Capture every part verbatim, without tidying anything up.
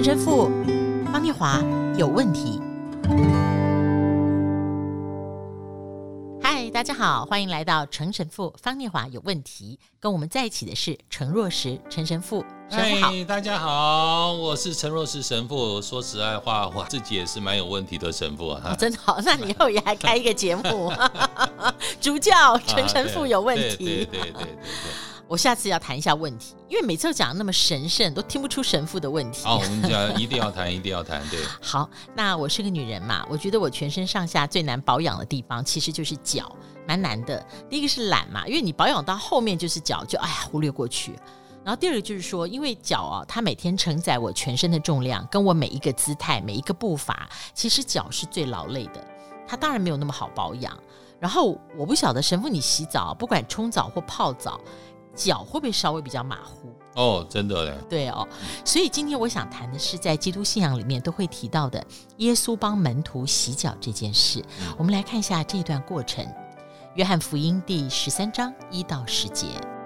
陈神父方念华有问题。嗨，大家好，欢迎来到陈神父方念华有问题。跟我们在一起的是陈若石陈神父。神父好。 嗨，大家好，我是陈若石神父。说实在话，我自己也是蛮有问题的神父啊。 哦、真的好，那你以后也还开一个节目，主教陈神父有问题。 对对对对对对。 我下次要谈一下问题，因为每次都讲那么神圣，都听不出神父的问题。 好，我们讲一定要谈，一定要谈。对。 好，那我是个女人嘛，我觉得我全身上下最难保养的地方，其实就是脚，蛮难的。第一个是懒嘛，因为你保养到后面就是脚，就哎呀忽略过去。然后第二个就是说，因为脚啊，它每天承载我全身的重量，跟我每一个姿态、每一个步伐，其实脚是最劳累的。它当然没有那么好保养。然后我不晓得神父你洗澡，不管冲澡或泡澡，脚会不会稍微比较马虎？ 哦，真的嘞。 对哦，所以今天我想谈的是在基督信仰里面都会提到的耶稣帮门徒洗脚这件事。嗯、我们来看一下这一段过程。约翰福音第十三章一到十节。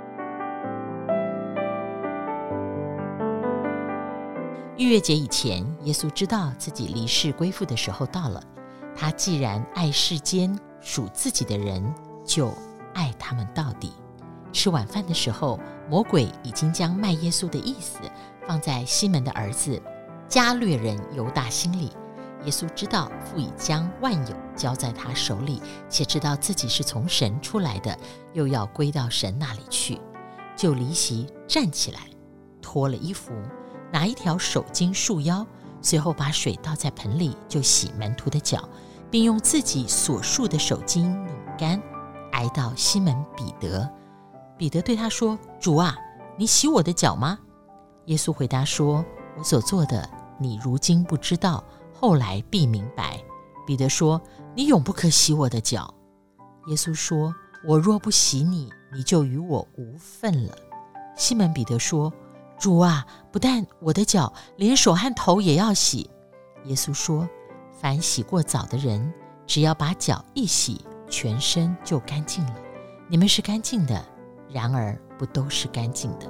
逾越节以前，耶稣知道自己离世归父的时候到了。他既然爱世间属自己的人，就爱他们到底。吃晚饭的时候，魔鬼已经将卖耶稣的意思放在西门的儿子加略人犹大心里。耶稣知道父已将万有交在他手里，且知道自己是从神出来的，又要归到神那里去，就离席站起来，脱了衣服，拿一条手巾束腰，随后把水倒在盆里，就洗门徒的脚，并用自己所束的手巾拧干，挨到西门彼得。彼得对他说：主啊，你洗我的脚吗？耶稣回答说：我所做的，你如今不知道，后来必明白。彼得说：你永不可洗我的脚。耶稣说：我若不洗你，你就与我无分了。西门彼得说：主啊，不但我的脚，连手和头也要洗。耶稣说：凡洗过澡的人，只要把脚一洗，全身就干净了。你们是干净的，然而不都是干净的。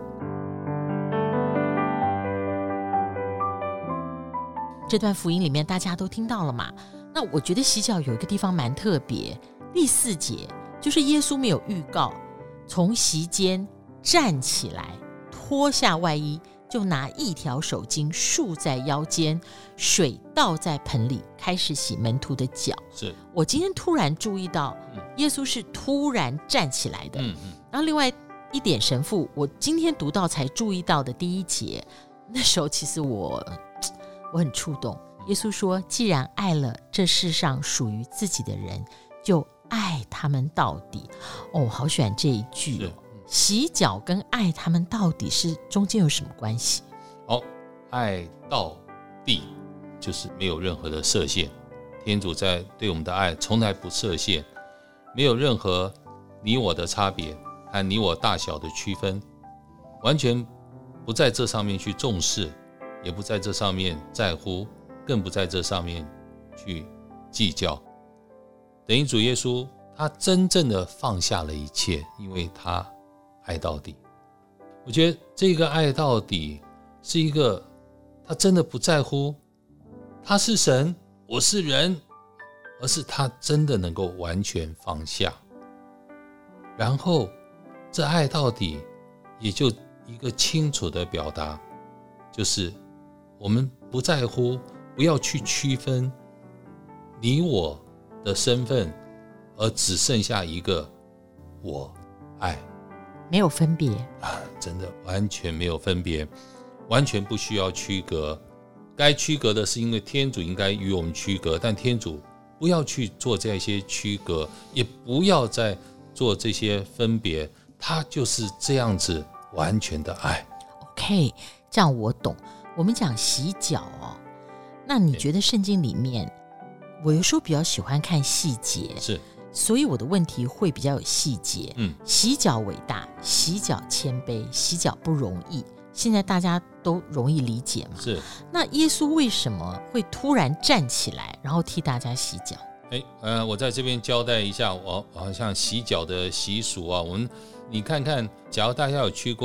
这段福音里面大家都听到了嘛？那我觉得洗脚有一个地方蛮特别，第四节就是耶稣没有预告，从席间站起来，脱下外衣，就拿一条手巾束在腰间，水倒在盆里，开始洗门徒的脚。 是我今天突然注意到，耶稣是突然站起来的。嗯嗯、然后另外一点，神父，我今天读到才注意到的第一节，那时候其实我我很触动。耶稣说：既然爱了这世上属于自己的人，就爱他们到底。哦，我好喜欢这一句哦。洗脚跟爱他们到底是中间有什么关系？ 好，爱到底就是没有任何的设限。天主在对我们的爱从来不设限，没有任何你我的差别和你我大小的区分，完全不在这上面去重视，也不在这上面在乎，更不在这上面去计较。等于主耶稣他真正的放下了一切，因为他爱到底。我觉得这个爱到底是一个他真的不在乎他是神我是人，而是他真的能够完全放下。然后这爱到底也就一个清楚的表达，就是我们不在乎，不要去区分你我的身份，而只剩下一个我爱， 没有分别啊，真的完全没有分别，完全不需要区隔。该区隔的是因为天主应该与我们区隔，但天主不要去做这些区隔，也不要再做这些分别，他就是这样子完全的爱。 OK， 这样我懂。我们讲洗脚哦，那你觉得圣经里面，我有时候比较喜欢看细节， 是， 所以我的问题会比较有细节。嗯，洗脚伟大，洗脚谦卑，洗脚不容易，现在大家都容易理解嘛。 是。那耶稣为什么会突然站起来，然后替大家洗脚？ 哎，呃，我在这边交代一下，我好像洗脚的习俗啊，我们你看看，假如大家有去过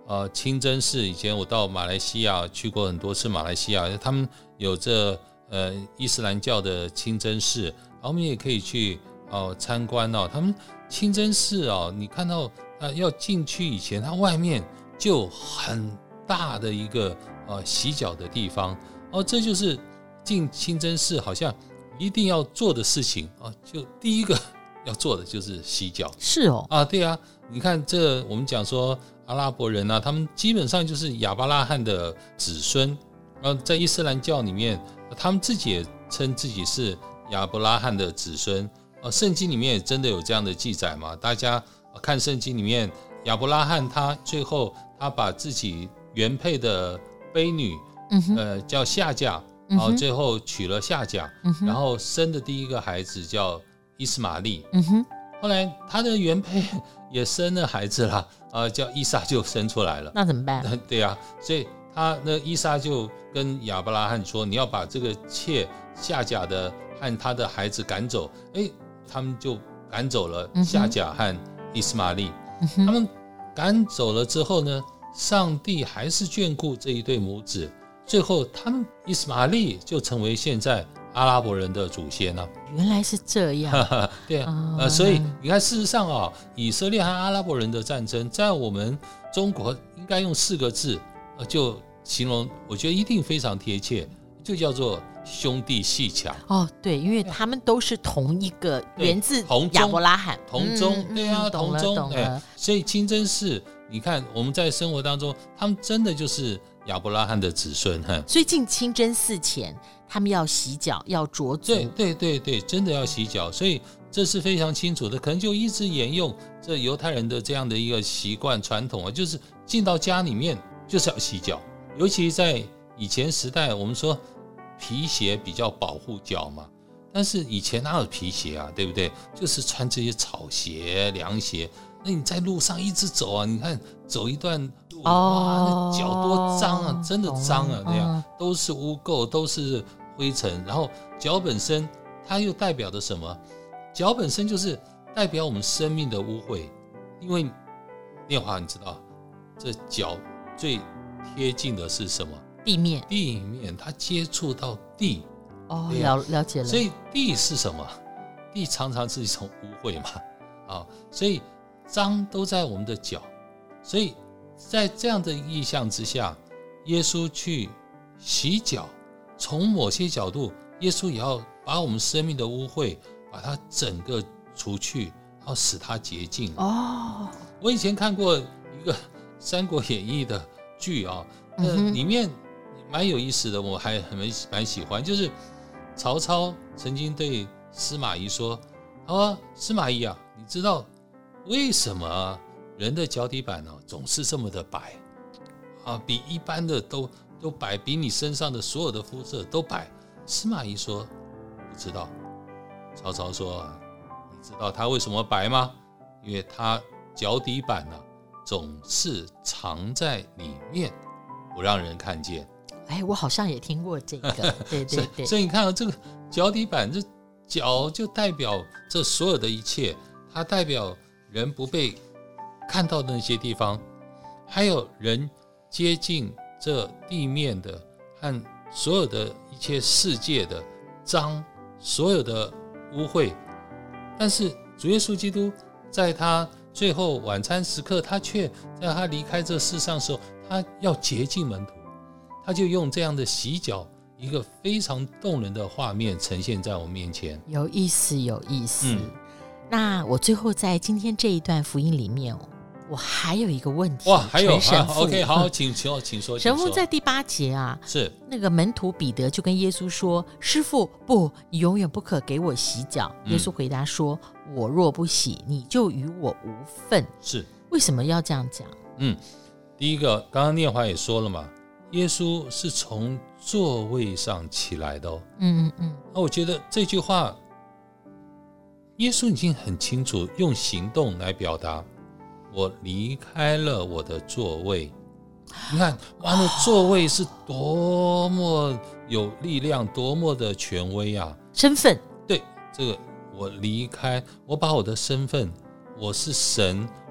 呃清真寺，以前我到马来西亚去过很多次，马来西亚他们有这呃伊斯兰教的清真寺，然后我们也可以去哦参观哦。他们清真寺哦，你看到呃要进去以前，它外面就很大的一个呃洗脚的地方哦，这就是进清真寺好像一定要做的事情啊，就第一个要做的就是洗脚。 是哦， 啊，对啊，你看这我们讲说阿拉伯人啊，他们基本上就是亚伯拉罕的子孙，然后在伊斯兰教里面，他们自己也称自己是亚伯拉罕的子孙。呃，圣经里面也真的有这样的记载嘛？大家看圣经里面，亚伯拉罕他最后他把自己原配的婢女，嗯、呃，叫夏甲，然后最后娶了夏甲，嗯、然后生的第一个孩子叫伊斯玛利。嗯哼，后来他的原配也生了孩子了，呃，叫伊撒就生出来了。 那怎么办？ 对啊，所以他那伊撒就跟亚伯拉罕说：“你要把这个妾夏甲的和他的孩子赶走。”哎，他们就赶走了夏甲和伊斯玛利。嗯、他们赶走了之后呢，上帝还是眷顾这一对母子，最后他们伊斯玛利就成为现在阿拉伯人的祖先了。 原来是这样。 对啊、哦呃，所以你看，事实上啊、哦，以色列和阿拉伯人的战争，在我们中国应该用四个字，呃，就形容，我觉得一定非常贴切，就叫做兄弟阋墙。 哦，对，因为他们都是同一个源自亚伯拉罕， 同宗，嗯、对啊，同宗， 哎， 所以清真寺，你看我们在生活当中，他们真的就是亚伯拉罕的子孙。 所以进清真寺前，他们要洗脚，要着足。 对对对对，真的要洗脚，所以这是非常清楚的，可能就一直沿用这犹太人的这样的一个习惯传统啊，就是进到家里面就是要洗脚，尤其在以前时代，我们说皮鞋比较保护脚嘛，但是以前哪有皮鞋啊，对不对？就是穿这些草鞋、凉鞋，那你在路上一直走啊，你看走一段路，哦、哇，那脚多脏啊，真的脏啊，那样都是污垢，都是灰尘，然后脚本身它又代表着什么？脚本身就是代表我们生命的污秽，因为念华你知道，这脚最贴近的是什么？ 地面。 地面，它接触到地。 哦，了了解了。 所以地是什么？地常常是一种污秽嘛，啊，所以脏都在我们的脚。所以在这样的意象之下，耶稣去洗脚。从某些角度，耶稣也要把我们生命的污秽，把它整个除去，然后使它洁净。哦，我以前看过一个《三国演义》的剧啊，那里面蛮有意思的，我还很蛮喜欢。就是曹操曾经对司马懿说：“啊，司马懿啊，你知道为什么人的脚底板呢、啊、总是这么的白啊？比一般的都。”都白，比你身上的所有的肤色都白。司马懿说不知道。曹操说你知道他为什么白吗？因为他脚底板呢、啊、总是藏在里面，不让人看见。 哎，我好像也听过这个。对对对。 所以你看到这个脚底板，这脚就代表这所有的一切，它代表人不被看到的那些地方，还有人接近这地面的和所有的一切世界的脏，所有的污秽。但是主耶稣基督在他最后晚餐时刻，他却在他离开这世上的时候，他要洁净门徒，他就用这样的洗脚，一个非常动人的画面呈现在我们面前。 有意思有意思、嗯、那我最后在今天这一段福音里面，我还有一个问题。 哇，还有神父、 啊、OK 好，请请请说。 神父在第八节啊， 是那个门徒彼得就跟耶稣说：“师父，不，你永远不可给我洗脚。嗯”耶稣回答说：“我若不洗，你就与我无份。”是为什么要这样讲？ 嗯，第一个，刚刚念华也说了嘛，耶稣是从座位上起来的哦。嗯嗯嗯。那我觉得这句话，耶稣已经很清楚用行动来表达。我离开了我的座位，你看，哇，那座位是多么有力量，多么的权威啊！ 身份， 对，这个我离开，我把我的身份，我是神，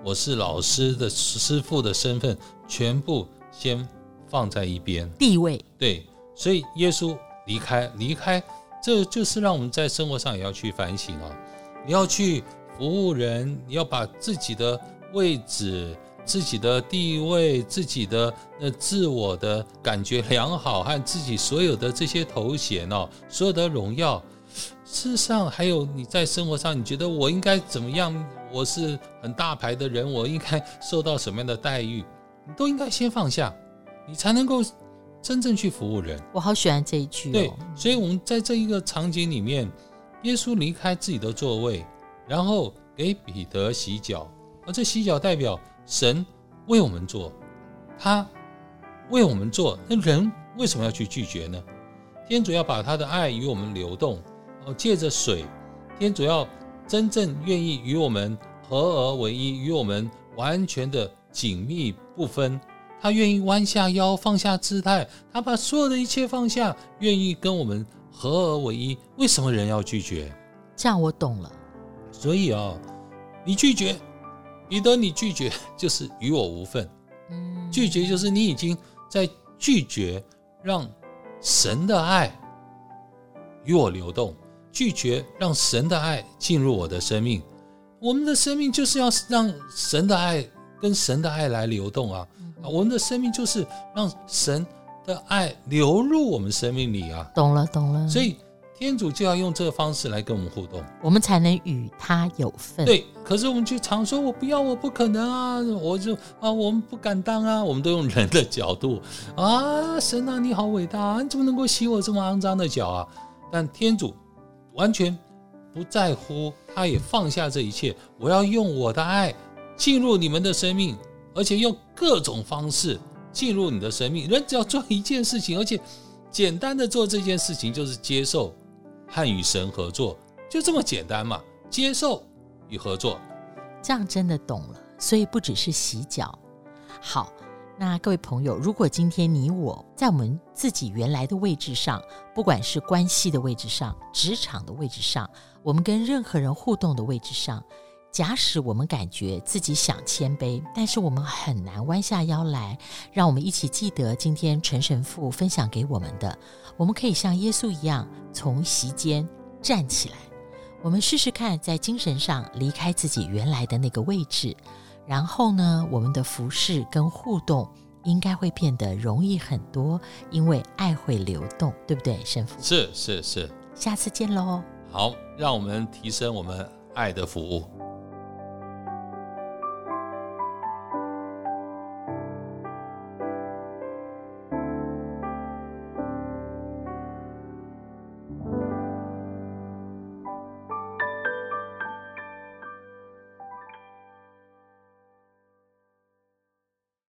我是老师的师父的身份全部先放在一边， 地位。 对，所以耶稣离开离开这就是让我们在生活上也要去反省啊，你要去服务人，你要把自己的位置、自己的地位、自己的呃自我的感觉良好和自己所有的这些头衔哦，所有的荣耀，事实上还有你在生活上，你觉得我应该怎么样？我是很大牌的人，我应该受到什么样的待遇？你都应该先放下，你才能够真正去服务人。 我好喜欢这一句哦。 对，所以我们在这一个场景里面，耶稣离开自己的座位，然后给彼得洗脚，而这洗脚代表神为我们做，他为我们做，那人为什么要去拒绝呢？天主要把他的爱与我们流动，借着水，天主要真正愿意与我们合而为一，与我们完全的紧密不分。他愿意弯下腰，放下姿态，他把所有的一切放下，愿意跟我们合而为一。为什么人要拒绝？ 这样我懂了。 所以啊，你拒绝，彼得，你拒绝就是与我无份。嗯，拒绝就是你已经在拒绝让神的爱与我流动，拒绝让神的爱进入我的生命。我们的生命就是要让神的爱跟神的爱来流动啊！我们的生命就是让神的爱流入我们生命里啊！ 懂了，懂了。 所以天主就要用这个方式来跟我们互动， 我们才能与他有份。 对，可是我们就常说我不要，我不可能啊，我就啊，我们不敢当啊，我们都用人的角度啊，神啊，你好伟大啊，你怎么能够洗我这么肮脏的脚啊？但天主完全不在乎，他也放下这一切，我要用我的爱进入你们的生命，而且用各种方式进入你的生命。人只要做一件事情，而且简单的做这件事情，就是接受和与神合作，就这么简单嘛，接受与合作。 这样真的懂了，所以不只是洗脚。好，那各位朋友，如果今天你我在我们自己原来的位置上，不管是关系的位置上、职场的位置上，我们跟任何人互动的位置上，假使我们感觉自己想谦卑，但是我们很难弯下腰来，让我们一起记得今天陈神父分享给我们的，我们可以像耶稣一样从席间站起来，我们试试看在精神上离开自己原来的那个位置，然后呢，我们的服事跟互动应该会变得容易很多，因为爱会流动，对不对，神父？ 是是是， 下次见喽。 好，让我们提升我们爱的服务。